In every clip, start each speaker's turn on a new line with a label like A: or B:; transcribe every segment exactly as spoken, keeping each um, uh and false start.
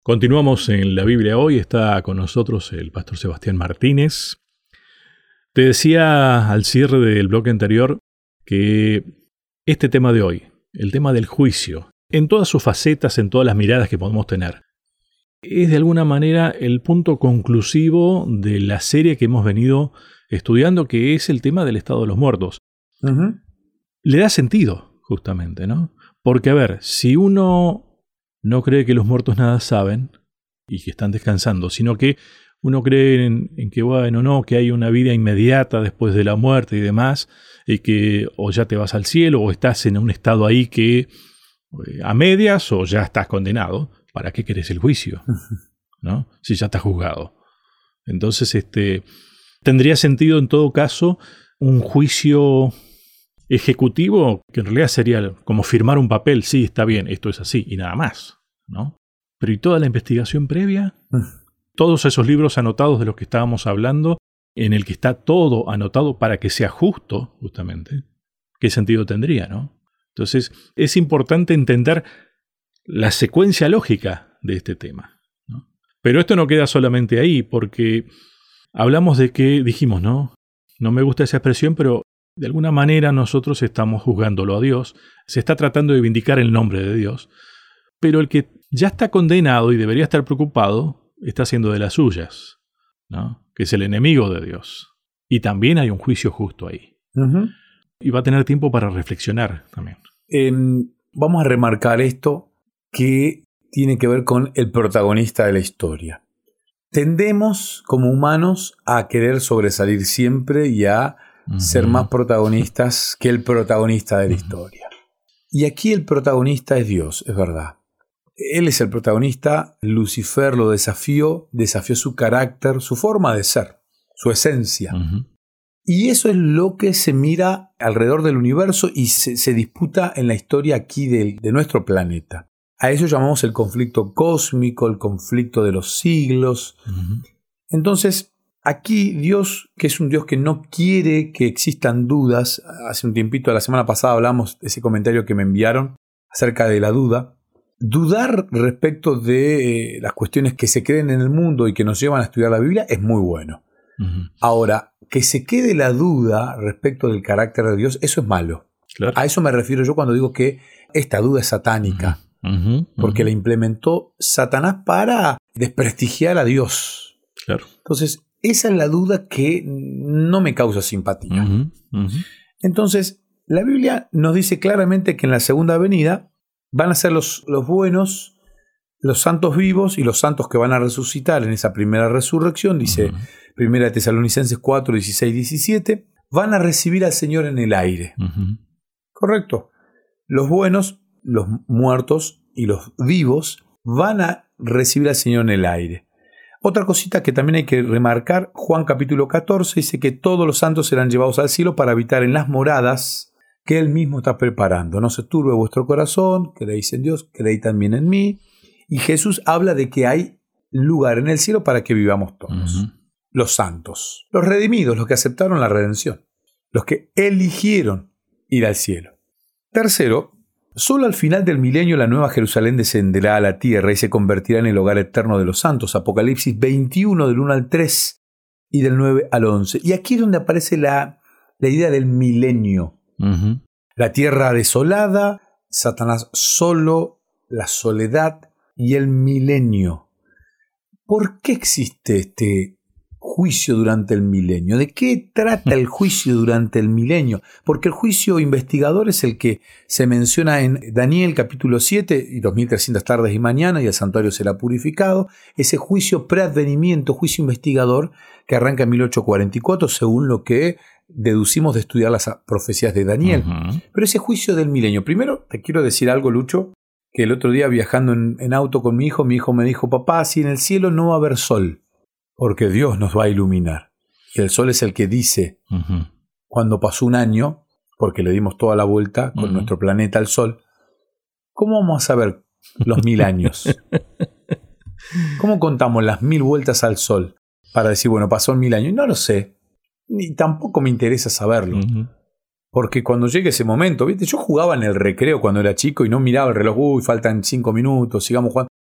A: Continuamos en la Biblia hoy, está con nosotros el pastor Sebastián Martínez. Te decía al cierre del bloque anterior que este tema de hoy, el tema del juicio, en todas sus facetas, en todas las miradas que podemos tener, es de alguna manera el punto conclusivo de la serie que hemos venido estudiando, que es el tema del estado de los muertos. Uh-huh. Le da sentido, justamente, ¿no? Porque, a ver, si uno no cree que los muertos nada saben y que están descansando, sino que uno cree en, en que, bueno, no, que hay una vida inmediata después de la muerte y demás, y que o ya te vas al cielo o estás en un estado ahí que a medias o ya estás condenado. ¿Para qué querés el juicio? ¿No? Si ya estás juzgado. Entonces, este, tendría sentido en todo caso un juicio ejecutivo, que en realidad sería como firmar un papel, sí, está bien, esto es así, y nada más, ¿no? Pero ¿y toda la investigación previa? Todos esos libros anotados de los que estábamos hablando, en el que está todo anotado para que sea justo, justamente, ¿qué sentido tendría, no? Entonces, es importante entender la secuencia lógica de este tema, ¿no? Pero esto no queda solamente ahí, porque hablamos de que, dijimos, ¿no? No me gusta esa expresión, pero de alguna manera nosotros estamos juzgándolo a Dios, se está tratando de vindicar el nombre de Dios, pero el que ya está condenado y debería estar preocupado está haciendo de las suyas, ¿no? Que es el enemigo de Dios. Y también hay un juicio justo ahí. Uh-huh. Y va a tener tiempo para reflexionar también.
B: Eh, vamos a remarcar esto que tiene que ver con el protagonista de la historia. Tendemos como humanos a querer sobresalir siempre y a Uh-huh. ser más protagonistas que el protagonista de la uh-huh. historia. Y aquí el protagonista es Dios, es verdad. Él es el protagonista, Lucifer lo desafió, desafió su carácter, su forma de ser, su esencia. Uh-huh. Y eso es lo que se mira alrededor del universo y se, se disputa en la historia aquí de, de nuestro planeta. A eso llamamos el conflicto cósmico, el conflicto de los siglos. Uh-huh. Entonces, aquí Dios, que es un Dios que no quiere que existan dudas, hace un tiempito, la semana pasada hablamos de ese comentario que me enviaron acerca de la duda. Dudar respecto de eh, las cuestiones que se creen en el mundo y que nos llevan a estudiar la Biblia es muy bueno. Uh-huh. Ahora, que se quede la duda respecto del carácter de Dios, eso es malo. Claro. A eso me refiero yo cuando digo que esta duda es satánica, uh-huh. Uh-huh. Uh-huh. porque la implementó Satanás para desprestigiar a Dios.
A: Claro.
B: Entonces, esa es la duda que no me causa simpatía. Uh-huh, uh-huh. Entonces, la Biblia nos dice claramente que en la segunda venida van a ser los, los buenos, los santos vivos y los santos que van a resucitar en esa primera resurrección, dice uh-huh. Primera de Tesalonicenses cuatro, dieciséis, diecisiete, van a recibir al Señor en el aire. Uh-huh. ¿Correcto? Los buenos, los muertos y los vivos van a recibir al Señor en el aire. Otra cosita que también hay que remarcar, Juan capítulo catorce dice que todos los santos serán llevados al cielo para habitar en las moradas que Él mismo está preparando. No se turbe vuestro corazón, creéis en Dios, creéis también en mí. Y Jesús habla de que hay lugar en el cielo para que vivamos todos. Uh-huh. Los santos, los redimidos, los que aceptaron la redención, los que eligieron ir al cielo. Tercero, solo al final del milenio la nueva Jerusalén descenderá a la tierra y se convertirá en el hogar eterno de los santos. Apocalipsis veintiuno, del uno al tres y del nueve al once. Y aquí es donde aparece la, la idea del milenio. Uh-huh. La tierra desolada, Satanás solo, la soledad y el milenio. ¿Por qué existe este juicio durante el milenio? ¿De qué trata el juicio durante el milenio? Porque el juicio investigador es el que se menciona en Daniel capítulo siete, y dos mil trescientas tardes y mañana, y el santuario será purificado. Ese juicio preadvenimiento, juicio investigador, que arranca en mil ochocientos cuarenta y cuatro, según lo que deducimos de estudiar las profecías de Daniel. Uh-huh. Pero ese juicio del milenio, primero te quiero decir algo, Lucho, que el otro día viajando en, en auto con mi hijo, mi hijo me dijo: papá, si en el cielo no va a haber sol, porque Dios nos va a iluminar. Y el sol es el que dice, uh-huh. cuando pasó un año, porque le dimos toda la vuelta con uh-huh. nuestro planeta al sol, ¿cómo vamos a saber los mil años? ¿Cómo contamos las mil vueltas al sol para decir, bueno, pasó mil años? No lo sé, ni tampoco me interesa saberlo. Uh-huh. Porque cuando llegue ese momento, ¿viste? Yo jugaba en el recreo cuando era chico y no miraba el reloj, uy, faltan cinco minutos, sigamos jugando.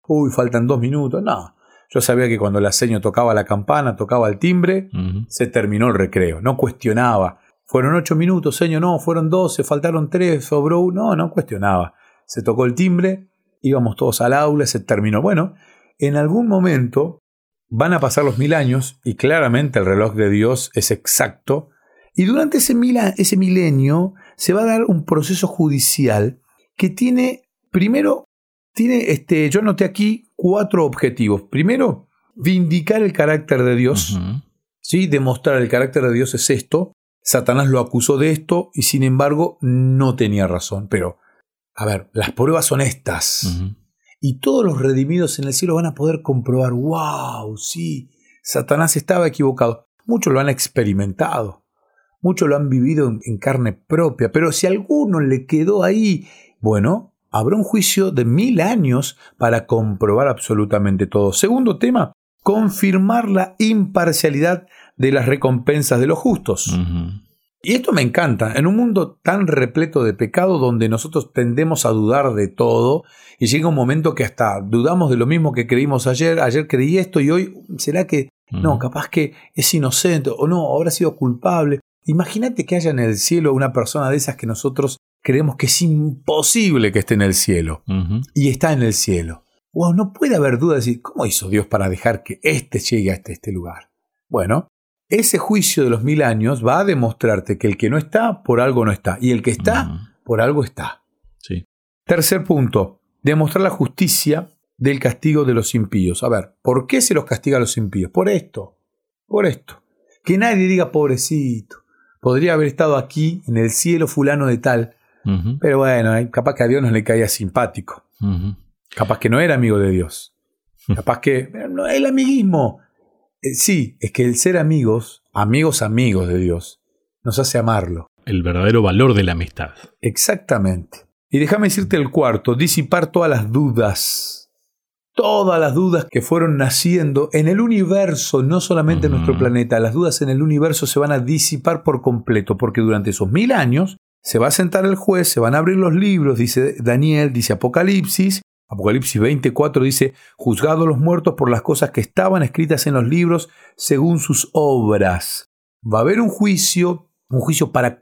B: uy, faltan dos minutos. No, yo sabía que cuando la seño tocaba la campana, tocaba el timbre, uh-huh. se terminó el recreo. No cuestionaba. Fueron ocho minutos, señor, no, fueron doce, faltaron tres, sobró uno. No, no cuestionaba. Se tocó el timbre, íbamos todos al aula, se terminó. Bueno, en algún momento van a pasar los mil años y claramente el reloj de Dios es exacto. Y durante ese, mila, ese milenio se va a dar un proceso judicial que tiene, primero, tiene, este, yo anoté aquí cuatro objetivos. Primero, vindicar el carácter de Dios, uh-huh. ¿sí? Demostrar el carácter de Dios es esto. Satanás lo acusó de esto y sin embargo no tenía razón. Pero, a ver, las pruebas son estas. Uh-huh. Y todos los redimidos en el cielo van a poder comprobar, wow, sí, Satanás estaba equivocado. Muchos lo han experimentado. Muchos lo han vivido en, en carne propia. Pero si a alguno le quedó ahí, bueno, habrá un juicio de mil años para comprobar absolutamente todo. Segundo tema, confirmar la imparcialidad de las recompensas de los justos. Uh-huh. Y esto me encanta. En un mundo tan repleto de pecado donde nosotros tendemos a dudar de todo y llega un momento que hasta dudamos de lo mismo que creímos ayer. Ayer creí esto y hoy, ¿será que uh-huh. no? Capaz que es inocente o no, habrá sido culpable. Imagínate que haya en el cielo una persona de esas que nosotros creemos que es imposible que esté en el cielo. Uh-huh. Y está en el cielo. Wow, no puede haber duda de decir, ¿cómo hizo Dios para dejar que éste llegue a este, este lugar? Bueno, ese juicio de los mil años va a demostrarte que el que no está, por algo no está. Y el que está, uh-huh. por algo está.
A: Sí.
B: Tercer punto, demostrar la justicia del castigo de los impíos. A ver, ¿por qué se los castiga a los impíos? Por esto, por esto. Que nadie diga, pobrecito, podría haber estado aquí en el cielo fulano de tal. Uh-huh. Pero bueno, capaz que a Dios no le caía simpático. Uh-huh. Capaz que no era amigo de Dios. Capaz que no, el amiguismo. Eh, sí, es que el ser amigos, amigos amigos de Dios, nos hace amarlo.
A: El verdadero valor de la amistad.
B: Exactamente. Y déjame decirte el cuarto, disipar todas las dudas. Todas las dudas que fueron naciendo en el universo, no solamente uh-huh. en nuestro planeta. Las dudas en el universo se van a disipar por completo, porque durante esos mil años se va a sentar el juez, se van a abrir los libros, dice Daniel, dice Apocalipsis. Apocalipsis veinticuatro dice, juzgados los muertos por las cosas que estaban escritas en los libros según sus obras. Va a haber un juicio, un juicio para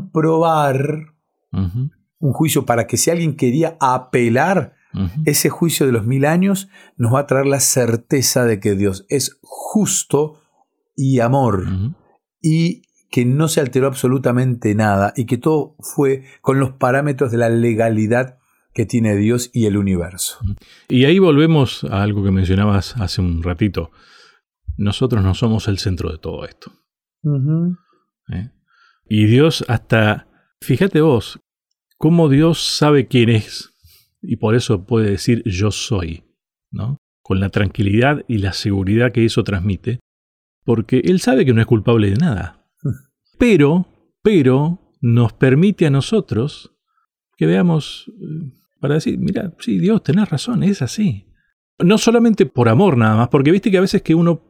B: comprobar, uh-huh. un juicio para que si alguien quería apelar, uh-huh. ese juicio de los mil años nos va a traer la certeza de que Dios es justo y amor, uh-huh. y que no se alteró absolutamente nada y que todo fue con los parámetros de la legalidad que tiene Dios y el universo.
A: Y ahí volvemos a algo que mencionabas hace un ratito. Nosotros no somos el centro de todo esto. Uh-huh. ¿Eh? Y Dios hasta, fíjate vos, cómo Dios sabe quién es y por eso puede decir yo soy, ¿no? Con la tranquilidad y la seguridad que eso transmite, porque Él sabe que no es culpable de nada. Uh-huh. Pero, pero nos permite a nosotros que veamos, para decir, mira, sí, Dios, tenés razón, es así. No solamente por amor nada más, porque viste que a veces que uno,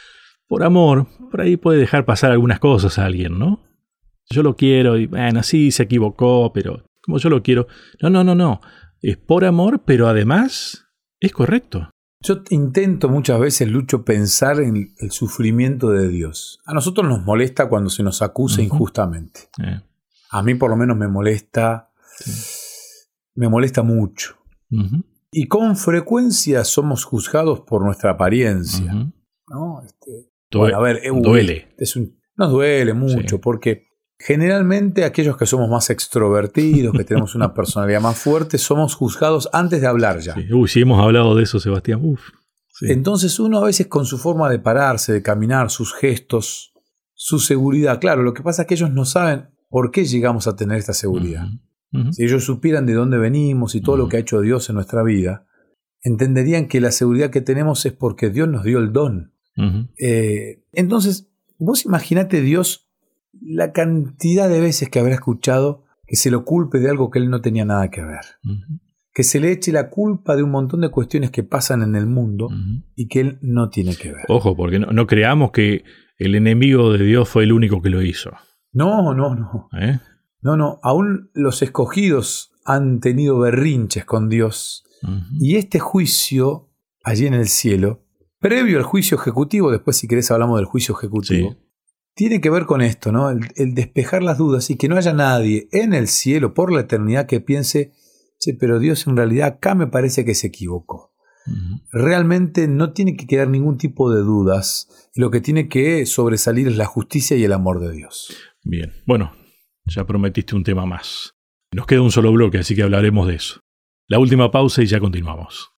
A: por amor, por ahí puede dejar pasar algunas cosas a alguien, ¿no? Yo lo quiero, y bueno, sí, se equivocó, pero como yo lo quiero. No, no, no, no. Es por amor, pero además es correcto.
B: Yo intento muchas veces, Lucho, pensar en el sufrimiento de Dios. A nosotros nos molesta cuando se nos acusa uh-huh. injustamente. Eh. A mí por lo menos me molesta... Sí. Me molesta mucho. Uh-huh. Y con frecuencia somos juzgados por nuestra apariencia. Uh-huh. ¿No? Este,
A: Due- bueno, a ver, eh, duele.
B: Es un, nos duele mucho, sí. porque generalmente aquellos que somos más extrovertidos, que tenemos una personalidad más fuerte, somos juzgados antes de hablar ya.
A: Sí. Uy, sí hemos hablado de eso, Sebastián. Uf. Sí.
B: Entonces uno a veces con su forma de pararse, de caminar, sus gestos, su seguridad. Claro, lo que pasa es que ellos no saben por qué llegamos a tener esta seguridad. Uh-huh. Uh-huh. Si ellos supieran de dónde venimos y todo uh-huh. lo que ha hecho Dios en nuestra vida, entenderían que la seguridad que tenemos es porque Dios nos dio el don. Uh-huh. Eh, entonces, vos imaginate Dios la cantidad de veces que habrá escuchado que se lo culpe de algo que Él no tenía nada que ver. Uh-huh. Que se le eche la culpa de un montón de cuestiones que pasan en el mundo uh-huh. y que Él no tiene que ver.
A: Ojo, porque no, no creamos que el enemigo de Dios fue el único que lo hizo.
B: No, no, no.
A: ¿Eh?
B: No, no, aún los escogidos han tenido berrinches con Dios Uh-huh. Y este juicio, allí en el cielo, previo al juicio ejecutivo, después si querés hablamos del juicio ejecutivo, sí. tiene que ver con esto, ¿no? El, el despejar las dudas y que no haya nadie en el cielo por la eternidad que piense, che, pero Dios en realidad acá me parece que se equivocó. Uh-huh. Realmente no tiene que quedar ningún tipo de dudas. Lo que tiene que sobresalir es la justicia y el amor de Dios.
A: Bien, bueno, ya prometiste un tema más. Nos queda un solo bloque, así que hablaremos de eso. La última pausa y ya continuamos.